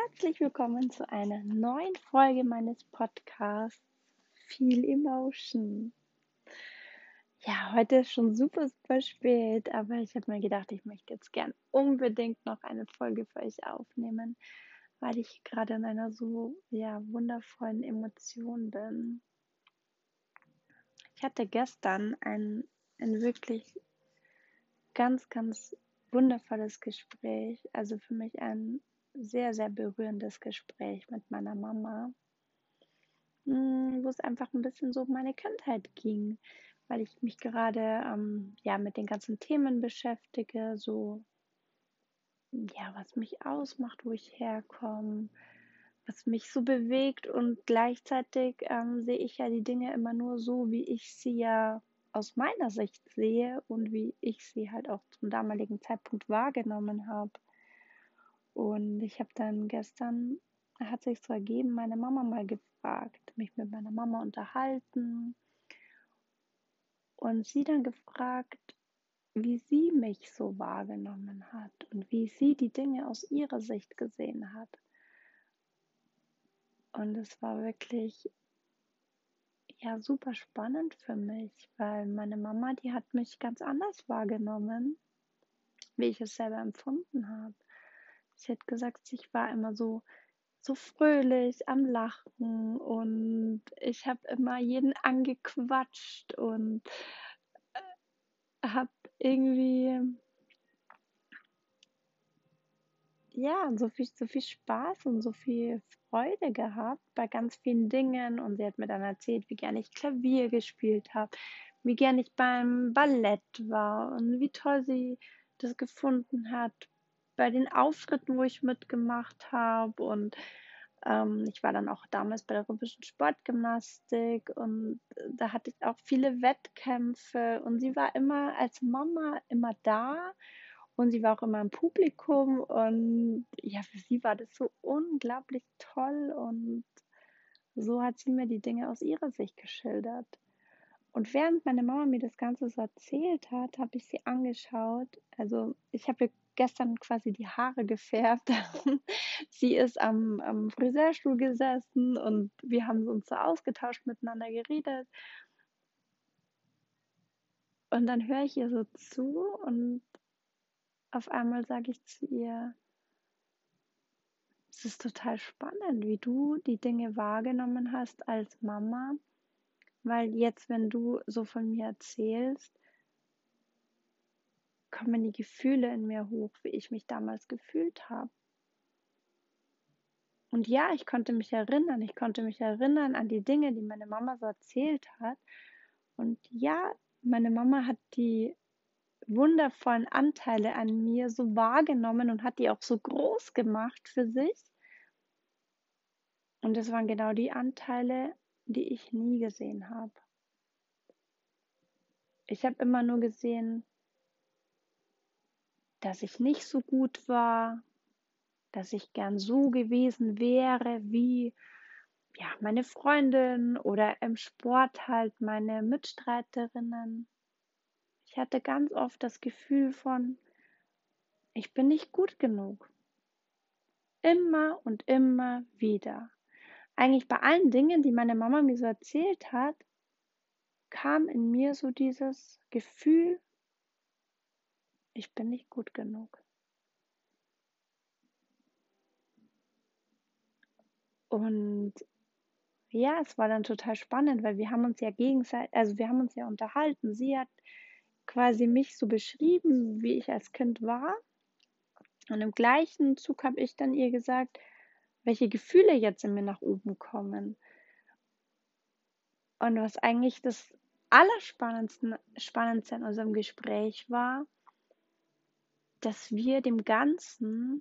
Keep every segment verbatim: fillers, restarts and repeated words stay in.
Herzlich willkommen zu einer neuen Folge meines Podcasts Feel Emotion. Ja, heute ist schon super, super spät, aber ich habe mir gedacht, ich möchte jetzt gern unbedingt noch eine Folge für euch aufnehmen, weil ich gerade in einer so, ja, wundervollen Emotion bin. Ich hatte gestern ein, ein wirklich ganz, ganz wundervolles Gespräch, also für mich ein sehr, sehr berührendes Gespräch mit meiner Mama. Wo es einfach ein bisschen so um meine Kindheit ging, weil ich mich gerade, ähm, ja, mit den ganzen Themen beschäftige, so, ja, was mich ausmacht, wo ich herkomme, was mich so bewegt und gleichzeitig, ähm, sehe ich ja die Dinge immer nur so, wie ich sie ja aus meiner Sicht sehe und wie ich sie halt auch zum damaligen Zeitpunkt wahrgenommen habe. Und ich habe dann gestern, hat sich so ergeben, meine Mama mal gefragt, mich mit meiner Mama unterhalten und sie dann gefragt, wie sie mich so wahrgenommen hat und wie sie die Dinge aus ihrer Sicht gesehen hat. Und es war wirklich, ja, super spannend für mich, weil meine Mama, die hat mich ganz anders wahrgenommen, wie ich es selber empfunden habe. Sie hat gesagt, ich war immer so so fröhlich am Lachen und ich habe immer jeden angequatscht und habe irgendwie, ja, so viel, so viel Spaß und so viel Freude gehabt bei ganz vielen Dingen. Und sie hat mir dann erzählt, wie gerne ich Klavier gespielt habe, wie gerne ich beim Ballett war und wie toll sie das gefunden hat bei den Auftritten, wo ich mitgemacht habe. Und ähm, ich war dann auch damals bei der Olympischen Sportgymnastik und da hatte ich auch viele Wettkämpfe. Und sie war immer als Mama immer da. Und sie war auch immer im Publikum und ja, für sie war das so unglaublich toll und so hat sie mir die Dinge aus ihrer Sicht geschildert. Und während meine Mama mir das Ganze so erzählt hat, habe ich sie angeschaut. Also ich habe ihr gestern quasi die Haare gefärbt. Sie ist am, am Friseurstuhl gesessen und wir haben uns so ausgetauscht, miteinander geredet. Und dann höre ich ihr so zu und auf einmal sage ich zu ihr, es ist total spannend, wie du die Dinge wahrgenommen hast als Mama, weil jetzt, wenn du so von mir erzählst, kommen die Gefühle in mir hoch, wie ich mich damals gefühlt habe. Und ja, ich konnte mich erinnern, ich konnte mich erinnern an die Dinge, die meine Mama so erzählt hat. Und ja, meine Mama hat die wundervollen Anteile an mir so wahrgenommen und hat die auch so groß gemacht für sich. Und das waren genau die Anteile, die ich nie gesehen habe. Ich habe immer nur gesehen, dass ich nicht so gut war, dass ich gern so gewesen wäre wie, ja, meine Freundin oder im Sport halt meine Mitstreiterinnen. Ich hatte ganz oft das Gefühl von, ich bin nicht gut genug. Immer und immer wieder. Eigentlich bei allen Dingen, die meine Mama mir so erzählt hat, kam in mir so dieses Gefühl, ich bin nicht gut genug. Und ja, es war dann total spannend, weil wir haben uns ja gegenseitig, also wir haben uns ja unterhalten. Sie hat quasi mich so beschrieben, wie ich als Kind war. Und im gleichen Zug habe ich dann ihr gesagt, welche Gefühle jetzt in mir nach oben kommen. Und was eigentlich das Allerspannendste Spannendste in unserem Gespräch war, dass wir dem Ganzen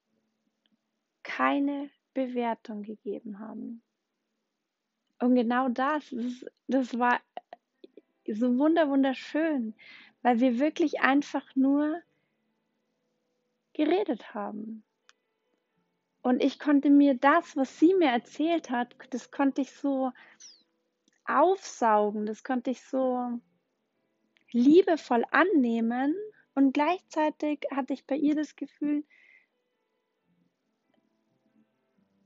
keine Bewertung gegeben haben. Und genau das, das, das war so wunder wunderschön, weil wir wirklich einfach nur geredet haben. Und ich konnte mir das, was sie mir erzählt hat, das konnte ich so aufsaugen, das konnte ich so liebevoll annehmen und gleichzeitig hatte ich bei ihr das Gefühl,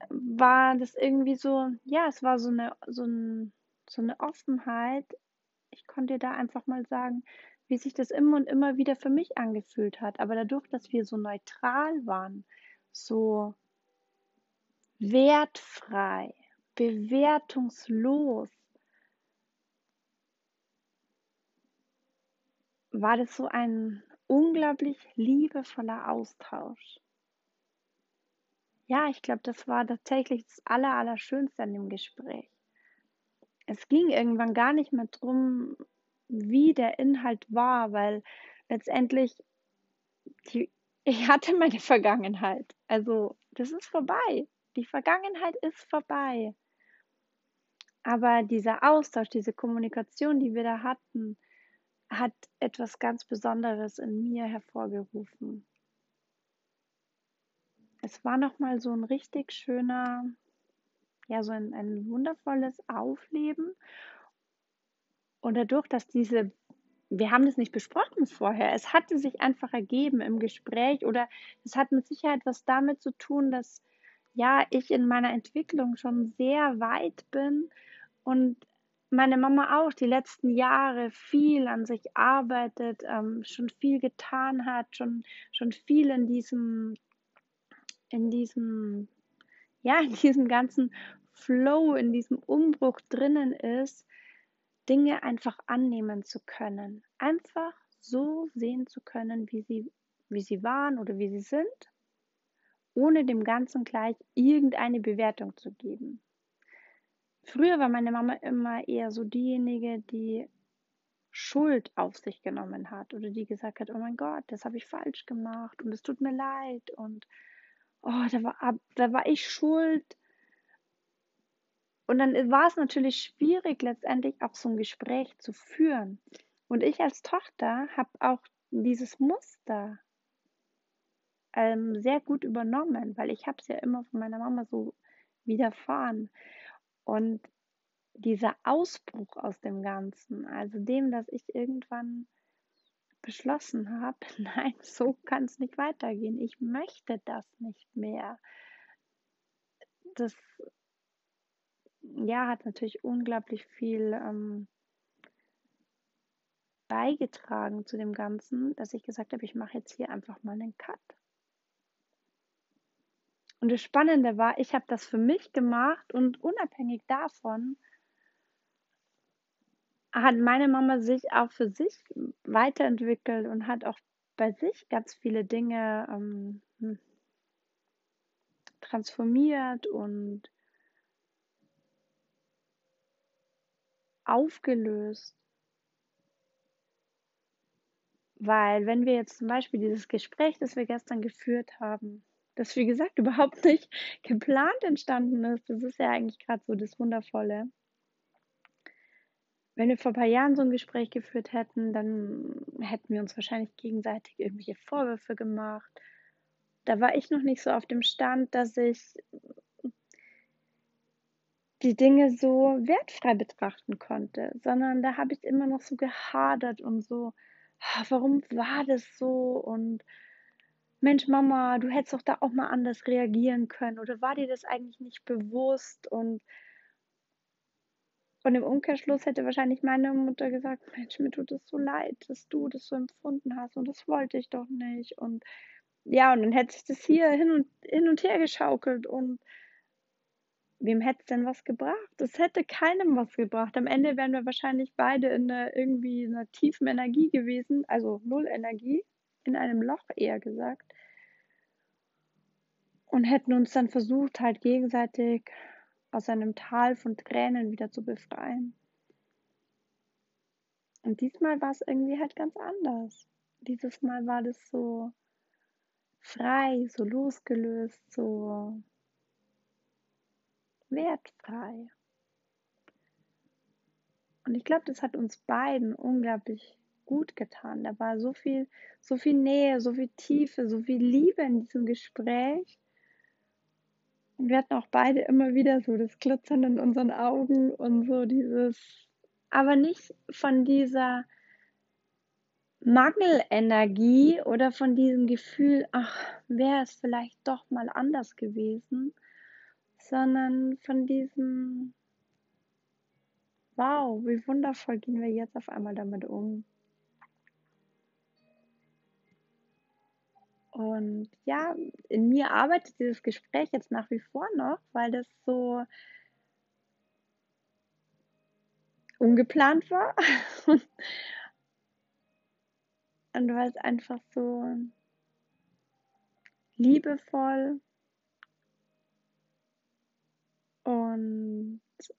war das irgendwie so, ja, es war so eine, so ein, so eine Offenheit. Ich konnte da einfach mal sagen, wie sich das immer und immer wieder für mich angefühlt hat. Aber dadurch, dass wir so neutral waren, so wertfrei, bewertungslos, war das so ein unglaublich liebevoller Austausch. Ja, ich glaube, das war tatsächlich das Aller, Allerschönste an dem Gespräch. Es ging irgendwann gar nicht mehr drum, wie der Inhalt war, weil letztendlich die, ich hatte meine Vergangenheit. Also, das ist vorbei. Die Vergangenheit ist vorbei. Aber dieser Austausch, diese Kommunikation, die wir da hatten, hat etwas ganz Besonderes in mir hervorgerufen. Es war nochmal so ein richtig schöner, ja, so ein, ein wundervolles Aufleben. Und dadurch, dass diese, wir haben das nicht besprochen vorher, es hatte sich einfach ergeben im Gespräch oder es hat mit Sicherheit was damit zu tun, dass ja, ich in meiner Entwicklung schon sehr weit bin und meine Mama auch die letzten Jahre viel an sich arbeitet, ähm, schon viel getan hat, schon, schon viel in diesem, in diesem, ja, in diesem ganzen Flow, in diesem Umbruch drinnen ist, Dinge einfach annehmen zu können. Einfach so sehen zu können, wie sie, wie sie waren oder wie sie sind, ohne dem Ganzen gleich irgendeine Bewertung zu geben. Früher war meine Mama immer eher so diejenige, die Schuld auf sich genommen hat oder die gesagt hat, oh mein Gott, das habe ich falsch gemacht und es tut mir leid und oh, da war, da war ich schuld. Und dann war es natürlich schwierig, letztendlich auch so ein Gespräch zu führen. Und ich als Tochter habe auch dieses Muster ähm, sehr gut übernommen, weil ich habe es ja immer von meiner Mama so widerfahren. Und dieser Ausbruch aus dem Ganzen, also dem, dass ich irgendwann beschlossen habe, nein, so kann es nicht weitergehen. Ich möchte das nicht mehr. Das, ja, hat natürlich unglaublich viel ähm, beigetragen zu dem Ganzen, dass ich gesagt habe, ich mache jetzt hier einfach mal einen Cut. Und das Spannende war, ich habe das für mich gemacht und unabhängig davon hat meine Mama sich auch für sich weiterentwickelt und hat auch bei sich ganz viele Dinge ähm, hm, transformiert und aufgelöst. Weil wenn wir jetzt zum Beispiel dieses Gespräch, das wir gestern geführt haben, das wie gesagt überhaupt nicht geplant entstanden ist, das ist ja eigentlich gerade so das Wundervolle. Wenn wir vor ein paar Jahren so ein Gespräch geführt hätten, dann hätten wir uns wahrscheinlich gegenseitig irgendwelche Vorwürfe gemacht. Da war ich noch nicht so auf dem Stand, dass ich die Dinge so wertfrei betrachten konnte, sondern da habe ich immer noch so gehadert und so, ah, warum war das so? Und Mensch, Mama, du hättest doch da auch mal anders reagieren können oder war dir das eigentlich nicht bewusst? Und, und im Umkehrschluss hätte wahrscheinlich meine Mutter gesagt, Mensch, mir tut es so leid, dass du das so empfunden hast und das wollte ich doch nicht. Und ja, und dann hätte sich das hier hin und, hin und her geschaukelt und wem hätte es denn was gebracht? Es hätte keinem was gebracht. Am Ende wären wir wahrscheinlich beide in einer irgendwie einer tiefen Energie gewesen, also null Energie, in einem Loch eher gesagt, und hätten uns dann versucht, halt gegenseitig aus einem Tal von Tränen wieder zu befreien. Und diesmal war es irgendwie halt ganz anders. Dieses Mal war das so frei, so losgelöst, so wertfrei. Und ich glaube, das hat uns beiden unglaublich gut getan. Da war so viel, so viel Nähe, so viel Tiefe, so viel Liebe in diesem Gespräch. Und wir hatten auch beide immer wieder so das Glitzern in unseren Augen und so dieses, aber nicht von dieser Mangelenergie oder von diesem Gefühl, ach, wäre es vielleicht doch mal anders gewesen, sondern von diesem, wow, wie wundervoll gehen wir jetzt auf einmal damit um. Und ja, in mir arbeitet dieses Gespräch jetzt nach wie vor noch, weil das so ungeplant war und weil es einfach so liebevoll und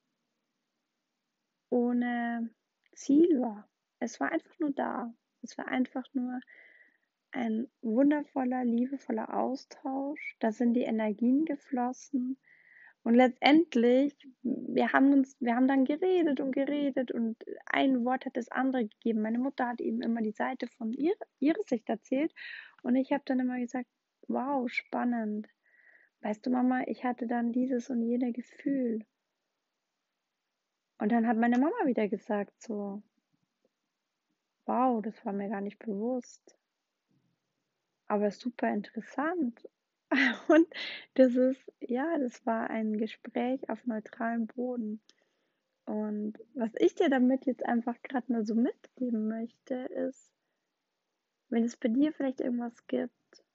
ohne Ziel war. Es war einfach nur da. Es war einfach nur ein wundervoller, liebevoller Austausch. Da sind die Energien geflossen. Und letztendlich, wir haben uns, wir haben dann geredet und geredet und ein Wort hat das andere gegeben. Meine Mutter hat eben immer die Seite von ihr, ihrer Sicht erzählt und ich habe dann immer gesagt, wow, spannend. Weißt du, Mama, ich hatte dann dieses und jene Gefühl. Und dann hat meine Mama wieder gesagt so, wow, das war mir gar nicht bewusst. Aber super interessant. Und das ist, ja, das war ein Gespräch auf neutralem Boden. Und was ich dir damit jetzt einfach gerade mal so mitgeben möchte, ist, wenn es bei dir vielleicht irgendwas gibt,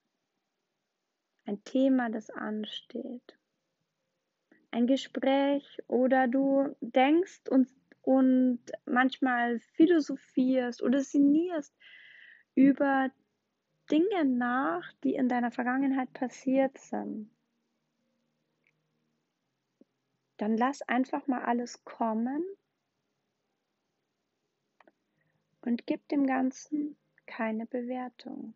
ein Thema, das ansteht, ein Gespräch oder du denkst und, und manchmal philosophierst oder sinnierst über Dinge nach, die in deiner Vergangenheit passiert sind, dann lass einfach mal alles kommen und gib dem Ganzen keine Bewertung.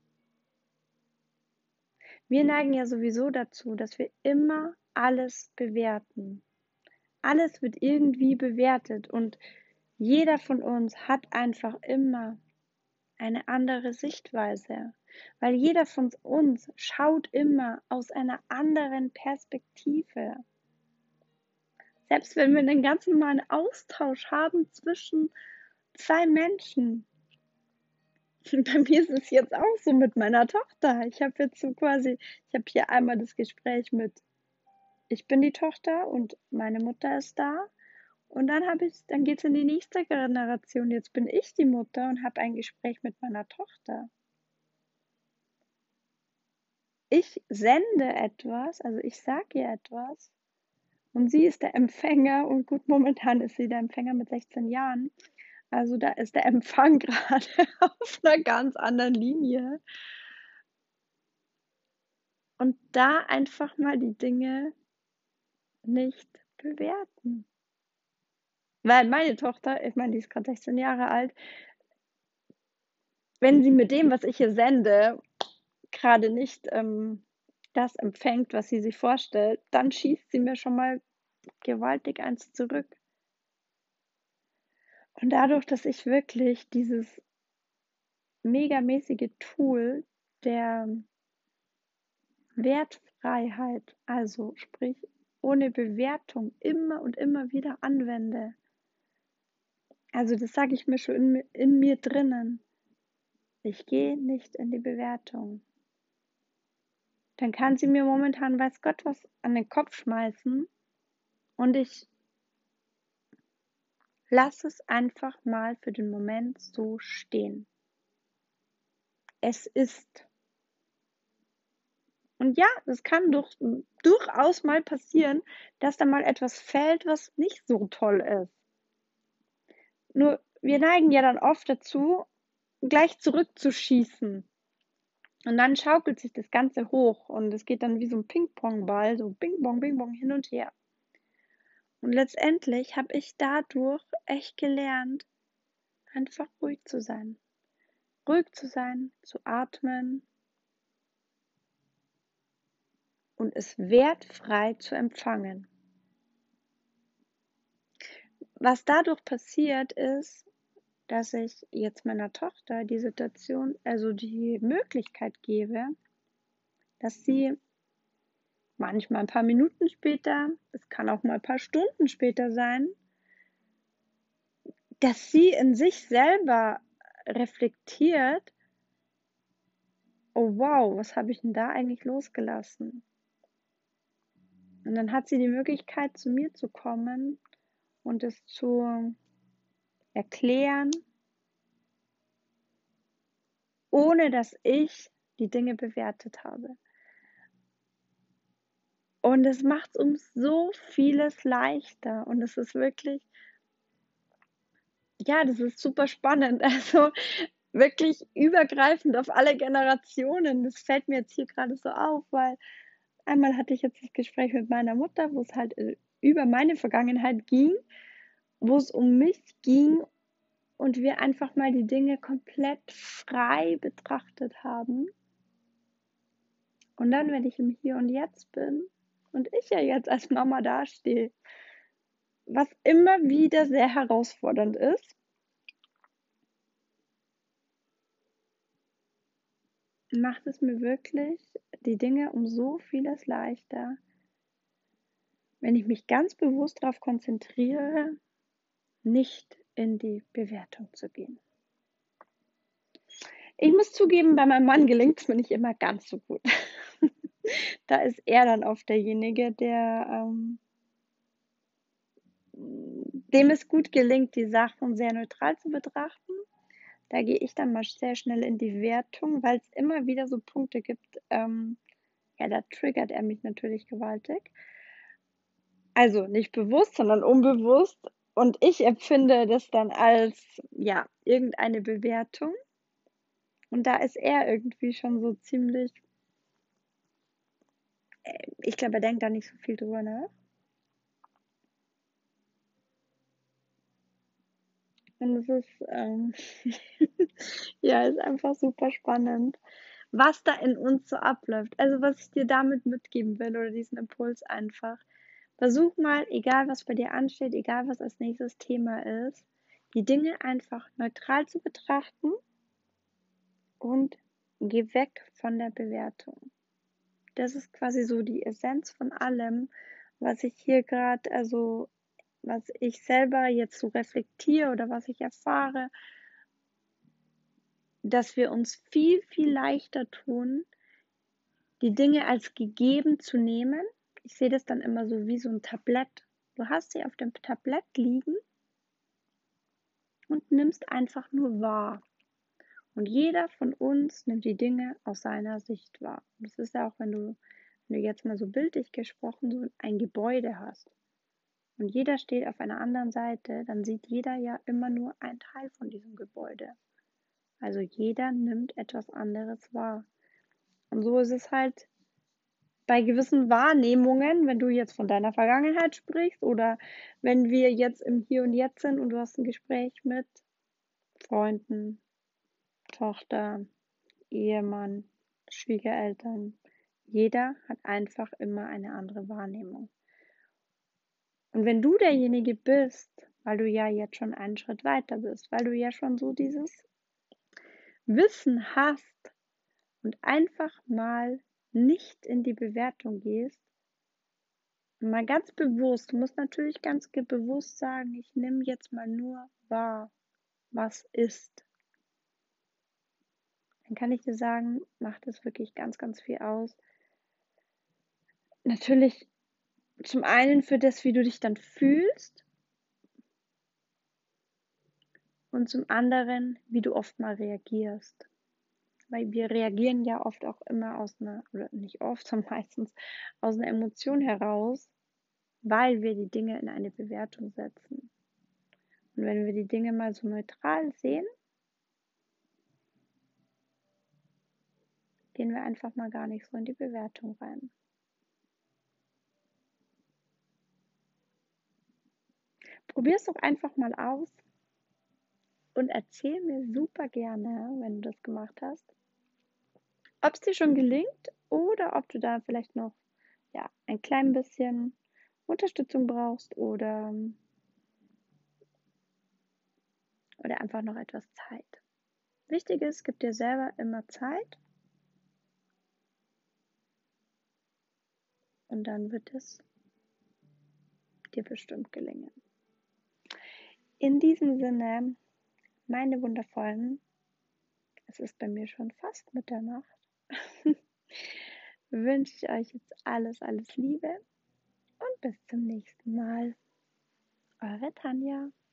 Wir neigen ja sowieso dazu, dass wir immer alles bewerten. Alles wird irgendwie bewertet und jeder von uns hat einfach immer eine andere Sichtweise, weil jeder von uns schaut immer aus einer anderen Perspektive. Selbst wenn wir einen ganz normalen Austausch haben zwischen zwei Menschen. Bei mir ist es jetzt auch so mit meiner Tochter. Ich habe jetzt so quasi, ich habe hier einmal das Gespräch mit, ich bin die Tochter und meine Mutter ist da. Und dann habe ich, dann geht es in die nächste Generation. Jetzt bin ich die Mutter und habe ein Gespräch mit meiner Tochter. Ich sende etwas, also ich sage ihr etwas und sie ist der Empfänger und gut, momentan ist sie der Empfänger mit sechzehn Jahren. Also da ist der Empfang gerade auf einer ganz anderen Linie. Und da einfach mal die Dinge nicht bewerten. Weil meine Tochter, ich meine, die ist gerade sechzehn Jahre alt, wenn sie mit dem, was ich ihr sende, gerade nicht ähm, das empfängt, was sie sich vorstellt, dann schießt sie mir schon mal gewaltig eins zurück. Und dadurch, dass ich wirklich dieses megamäßige Tool der Wertfreiheit, also sprich ohne Bewertung, immer und immer wieder anwende. Also das sage ich mir schon in, in mir drinnen. Ich gehe nicht in die Bewertung. Dann kann sie mir momentan, weiß Gott, was an den Kopf schmeißen und ich lasse es einfach mal für den Moment so stehen. Es ist. Und ja, es kann durch, durchaus mal passieren, dass da mal etwas fällt, was nicht so toll ist. Nur wir neigen ja dann oft dazu, gleich zurückzuschießen. Und dann schaukelt sich das Ganze hoch und es geht dann wie so ein Ping-Pong-Ball, so Bing-Bong, Bing-Bong hin und her. Und letztendlich habe ich dadurch echt gelernt, einfach ruhig zu sein. Ruhig zu sein, zu atmen und es wertfrei zu empfangen. Was dadurch passiert ist, dass ich jetzt meiner Tochter die Situation, also die Möglichkeit gebe, dass sie manchmal ein paar Minuten später, es kann auch mal ein paar Stunden später sein, dass sie in sich selber reflektiert, oh wow, was habe ich denn da eigentlich losgelassen? Und dann hat sie die Möglichkeit, zu mir zu kommen und es zu erklären, ohne dass ich die Dinge bewertet habe. Und es macht es um so vieles leichter. Und es ist wirklich, ja, das ist super spannend. Also wirklich übergreifend auf alle Generationen. Das fällt mir jetzt hier gerade so auf, weil einmal hatte ich jetzt das Gespräch mit meiner Mutter, wo es halt äh, über meine Vergangenheit ging, wo es um mich ging und wir einfach mal die Dinge komplett frei betrachtet haben. Und dann, wenn ich im Hier und Jetzt bin und ich ja jetzt als Mama dastehe, was immer wieder sehr herausfordernd ist, macht es mir wirklich die Dinge um so vieles leichter, wenn ich mich ganz bewusst darauf konzentriere, nicht in die Bewertung zu gehen. Ich muss zugeben, bei meinem Mann gelingt es mir nicht immer ganz so gut. Da ist er dann oft derjenige, der ähm, dem es gut gelingt, die Sachen sehr neutral zu betrachten. Da gehe ich dann mal sehr schnell in die Wertung, weil es immer wieder so Punkte gibt, ähm, ja, da triggert er mich natürlich gewaltig. Also nicht bewusst, sondern unbewusst. Und ich empfinde das dann als, ja, irgendeine Bewertung. Und da ist er irgendwie schon so ziemlich, äh, ich glaube, er denkt da nicht so viel drüber nach. Und es ist, ähm, ja, ist einfach super spannend, was da in uns so abläuft. Also was ich dir damit mitgeben will oder diesen Impuls einfach. Versuch mal, egal was bei dir ansteht, egal was als nächstes Thema ist, die Dinge einfach neutral zu betrachten und geh weg von der Bewertung. Das ist quasi so die Essenz von allem, was ich hier gerade, also was ich selber jetzt so reflektiere oder was ich erfahre, dass wir uns viel, viel leichter tun, die Dinge als gegeben zu nehmen. Ich sehe das dann immer so wie so ein Tablett. Du hast sie auf dem Tablett liegen und nimmst einfach nur wahr. Und jeder von uns nimmt die Dinge aus seiner Sicht wahr. Das ist ja auch, wenn du, wenn du jetzt mal so bildlich gesprochen so ein Gebäude hast und jeder steht auf einer anderen Seite, dann sieht jeder ja immer nur einen Teil von diesem Gebäude. Also jeder nimmt etwas anderes wahr. Und so ist es halt bei gewissen Wahrnehmungen, wenn du jetzt von deiner Vergangenheit sprichst oder wenn wir jetzt im Hier und Jetzt sind und du hast ein Gespräch mit Freunden, Tochter, Ehemann, Schwiegereltern. Jeder hat einfach immer eine andere Wahrnehmung. Und wenn du derjenige bist, weil du ja jetzt schon einen Schritt weiter bist, weil du ja schon so dieses Wissen hast und einfach mal nicht in die Bewertung gehst, und mal ganz bewusst, du musst natürlich ganz bewusst sagen, ich nehme jetzt mal nur wahr, was ist. Dann kann ich dir sagen, macht es wirklich ganz, ganz viel aus. Natürlich zum einen für das, wie du dich dann fühlst und zum anderen, wie du oft mal reagierst. Weil wir reagieren ja oft auch immer aus einer, oder nicht oft, sondern meistens aus einer Emotion heraus, weil wir die Dinge in eine Bewertung setzen. Und wenn wir die Dinge mal so neutral sehen, gehen wir einfach mal gar nicht so in die Bewertung rein. Probier es doch einfach mal aus und erzähl mir super gerne, wenn du das gemacht hast, ob es dir schon gelingt oder ob du da vielleicht noch ja, ein klein bisschen Unterstützung brauchst oder, oder einfach noch etwas Zeit. Wichtig ist, gib dir selber immer Zeit und dann wird es dir bestimmt gelingen. In diesem Sinne, meine Wundervollen, es ist bei mir schon fast Mitternacht, wünsche ich euch jetzt alles, alles Liebe. Bis zum nächsten Mal. Eure Tanja.